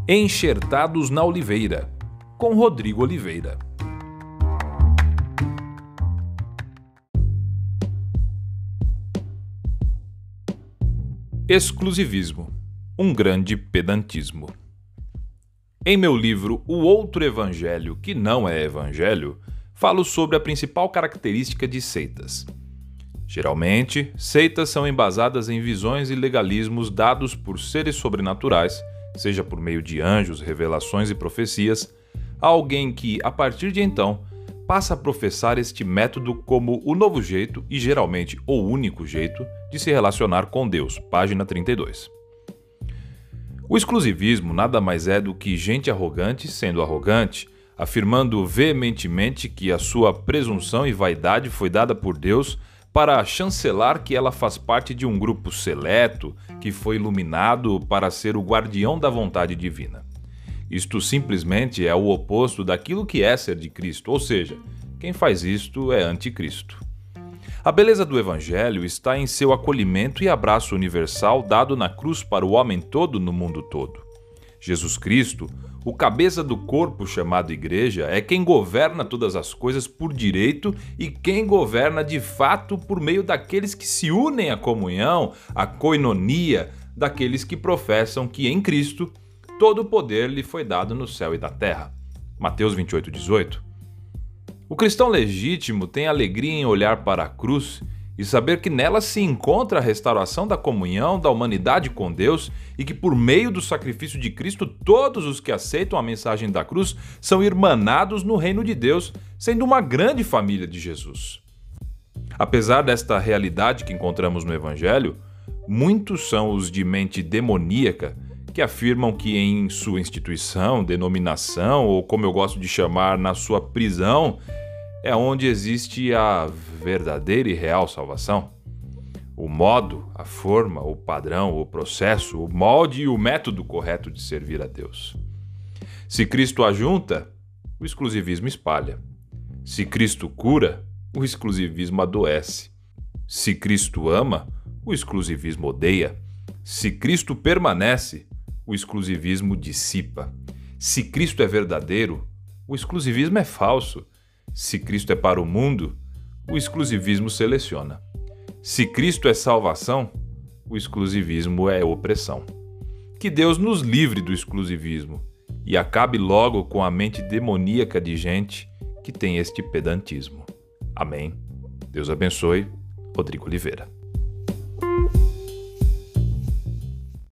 Enxertados na Oliveira, com Rodrigo Oliveira. Exclusivismo, um grande pedantismo. Em meu livro O Outro Evangelho que Não é Evangelho, falo sobre a principal característica de seitas. Geralmente, seitas são embasadas em visões e legalismos dados por seres sobrenaturais, seja por meio de anjos, revelações e profecias, a alguém que, a partir de então, passa a professar este método como o novo jeito e geralmente o único jeito de se relacionar com Deus, página 32. O exclusivismo nada mais é do que gente arrogante sendo arrogante, afirmando veementemente que a sua presunção e vaidade foi dada por Deus para chancelar que ela faz parte de um grupo seleto que foi iluminado para ser o guardião da vontade divina. Isto simplesmente é o oposto daquilo que é ser de Cristo, ou seja, quem faz isto é anticristo. A beleza do Evangelho está em seu acolhimento e abraço universal dado na cruz para o homem todo no mundo todo. Jesus Cristo, o cabeça do corpo chamado Igreja, é quem governa todas as coisas por direito e quem governa de fato por meio daqueles que se unem à comunhão, à coinonia, daqueles que professam que em Cristo todo o poder lhe foi dado no céu e na terra. Mateus 28:18. O cristão legítimo tem alegria em olhar para a cruz e saber que nela se encontra a restauração da comunhão da humanidade com Deus e que por meio do sacrifício de Cristo todos os que aceitam a mensagem da cruz são irmanados no reino de Deus, sendo uma grande família de Jesus. Apesar desta realidade que encontramos no Evangelho, muitos são os de mente demoníaca que afirmam que em sua instituição, denominação ou como eu gosto de chamar, na sua prisão, é onde existe a verdadeira e real salvação. O modo, a forma, o padrão, o processo, o molde e o método correto de servir a Deus. Se Cristo ajunta, o exclusivismo espalha. Se Cristo cura, o exclusivismo adoece. Se Cristo ama, o exclusivismo odeia. Se Cristo permanece, o exclusivismo dissipa. Se Cristo é verdadeiro, o exclusivismo é falso. Se Cristo é para o mundo, o exclusivismo seleciona. Se Cristo é salvação, o exclusivismo é opressão. Que Deus nos livre do exclusivismo e acabe logo com a mente demoníaca de gente que tem este pedantismo. Amém. Deus abençoe. Rodrigo Oliveira.